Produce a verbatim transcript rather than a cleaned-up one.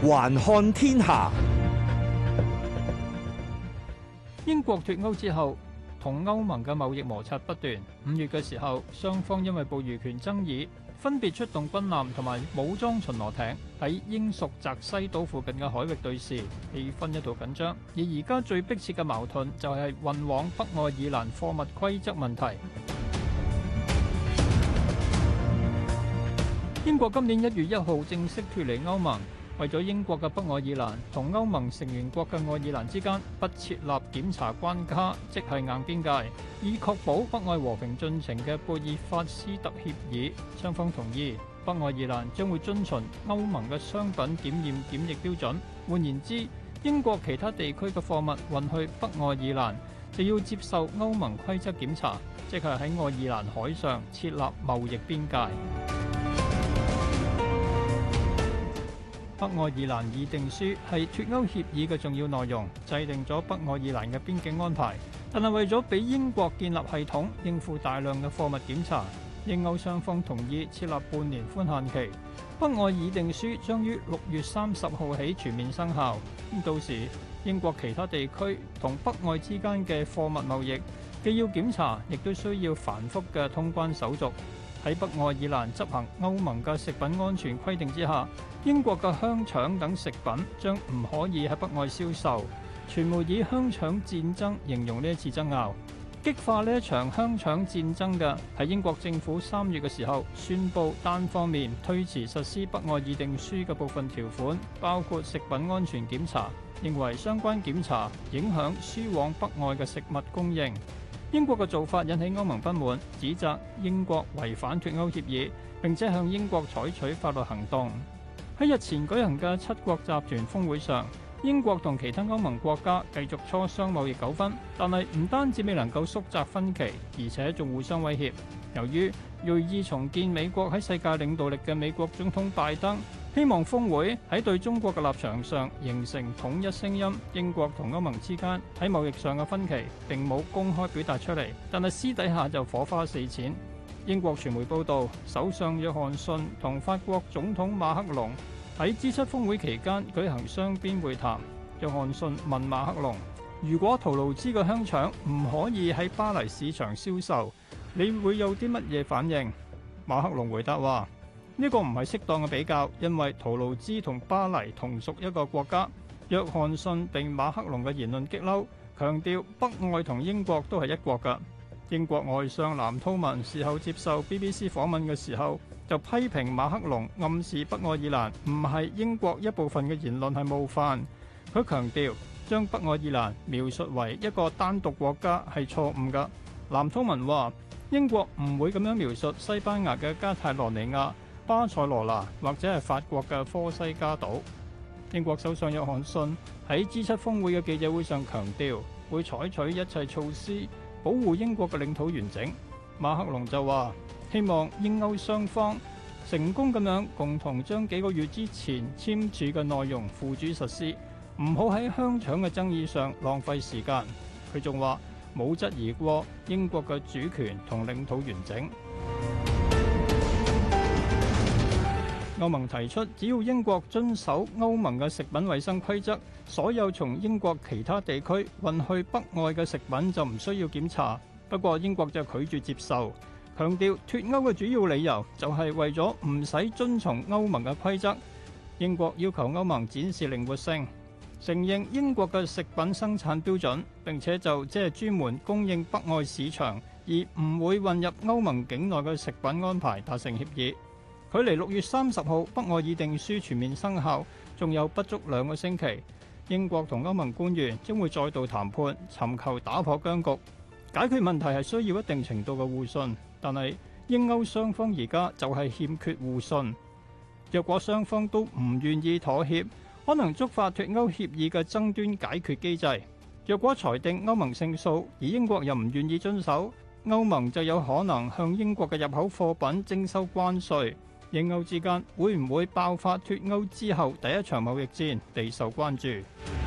環看天下。 英國脱歐之後，同歐盟嘅貿易摩擦不斷。五月嘅時候，雙方因為捕魚權爭議，分別出動軍艦同埋武裝巡邏艇喺英屬澤西島附近嘅海域對峙，氣氛一度緊張。而而家最迫切嘅矛盾就係運往北愛爾蘭貨物規則問題。英國今年一月一號正式脱離歐盟。為咗英國嘅北愛爾蘭同歐盟成員國嘅愛爾蘭之間不設立檢查關卡，即係硬邊界，以確保北愛和平進程嘅貝爾法斯特協議，雙方同意北愛爾蘭將會遵循歐盟嘅商品檢驗檢疫標準。換言之，英國其他地區嘅貨物運去北愛爾蘭就要接受歐盟規則檢查，即係喺愛爾蘭海上設立貿易邊界。北愛爾蘭議定書係脱歐協議嘅重要內容，制定咗北愛爾蘭嘅邊境安排。但係為咗俾英國建立系統應付大量嘅貨物檢查，英歐雙方同意設立半年寬限期。北愛議定書將於六月三十號起全面生效。到時英國其他地區同北愛之間嘅貨物貿易既要檢查，亦都需要繁複嘅通關手續。喺北愛爾蘭執行歐盟嘅食品安全規定之下，英國嘅香腸等食品將唔可以喺北愛銷售。傳媒以香腸戰爭形容呢一次爭拗。激化呢一場香腸戰爭嘅係英國政府三月嘅時候宣布單方面推遲實施北愛議定書嘅部分條款，包括食品安全檢查，認為相關檢查影響輸往北愛嘅食物供應。英國嘅做法引起歐盟不滿，指責英國違反脱歐協議，並且向英國採取法律行動。喺日前舉行嘅七國集團峰會上，英國同其他歐盟國家繼續磋商貿易糾紛，但係唔單止未能夠縮窄分歧，而且仲互相威脅。由於銳意重建美國喺世界領導力嘅美國總統拜登希望峰會喺對中國嘅立場上形成統一聲音，英國同歐盟之間喺貿易上嘅分歧並冇公開表達出嚟，但係私底下就火花四濺。英國傳媒報道，首相約翰遜同法國總統馬克龍喺 G 七峰會期間舉行雙邊會談。約翰遜問馬克龍：如果圖盧茲嘅香腸唔可以喺巴黎市場銷售，你會有啲乜嘢反應？馬克龍回答話：呢個唔係適當嘅比較，因為圖盧茲同巴黎同屬一個國家。約翰遜被馬克龍嘅言論激嬲，強調北愛同英國都係一國㗎。英國外相藍韜文事後接受 B B C 訪問嘅時候，就批評馬克龍暗示北愛爾蘭唔係英國一部分嘅言論係冒犯。佢強調將北愛爾蘭描述為一個單獨國家係錯誤㗎。藍韜文話：英國唔會咁樣描述西班牙嘅加泰羅尼亞、巴塞羅那或者係法國嘅科西嘉島。英國首相約翰遜喺 G 七峰會嘅記者會上強調，會採取一切措施保護英國嘅領土完整。馬克龍就話：希望英歐雙方成功咁樣共同將幾個月之前簽署嘅內容付諸實施，唔好喺香腸嘅爭議上浪費時間。佢仲話冇質疑過英國嘅主權同領土完整。歐盟提出，只要英國遵守歐盟嘅食品衛生規則，所有從英國其他地區運去北愛嘅食品就唔需要檢查。不過英國就拒絕接受，強調脱歐嘅主要理由就係為咗唔使遵從歐盟嘅規則。英國要求歐盟展示靈活性，承認英國嘅食品生產標準，並且就只係專門供應北愛市場，而唔會混入歐盟境內嘅食品安排達成協議。距離六月三十號北愛議定書全面生效，仲有不足兩個星期。英國同歐盟官員將會再度談判，尋求打破僵局。解決問題係需要一定程度嘅互信，但係英歐雙方而家就係欠缺互信。若果雙方都唔願意妥協，可能觸發脱歐協議嘅爭端解決機制。若果裁定歐盟勝訴，而英國又唔願意遵守，歐盟就有可能向英國嘅入口貨品徵收關稅。英歐之間會唔會爆發脱歐之後第一場貿易戰，備受關注。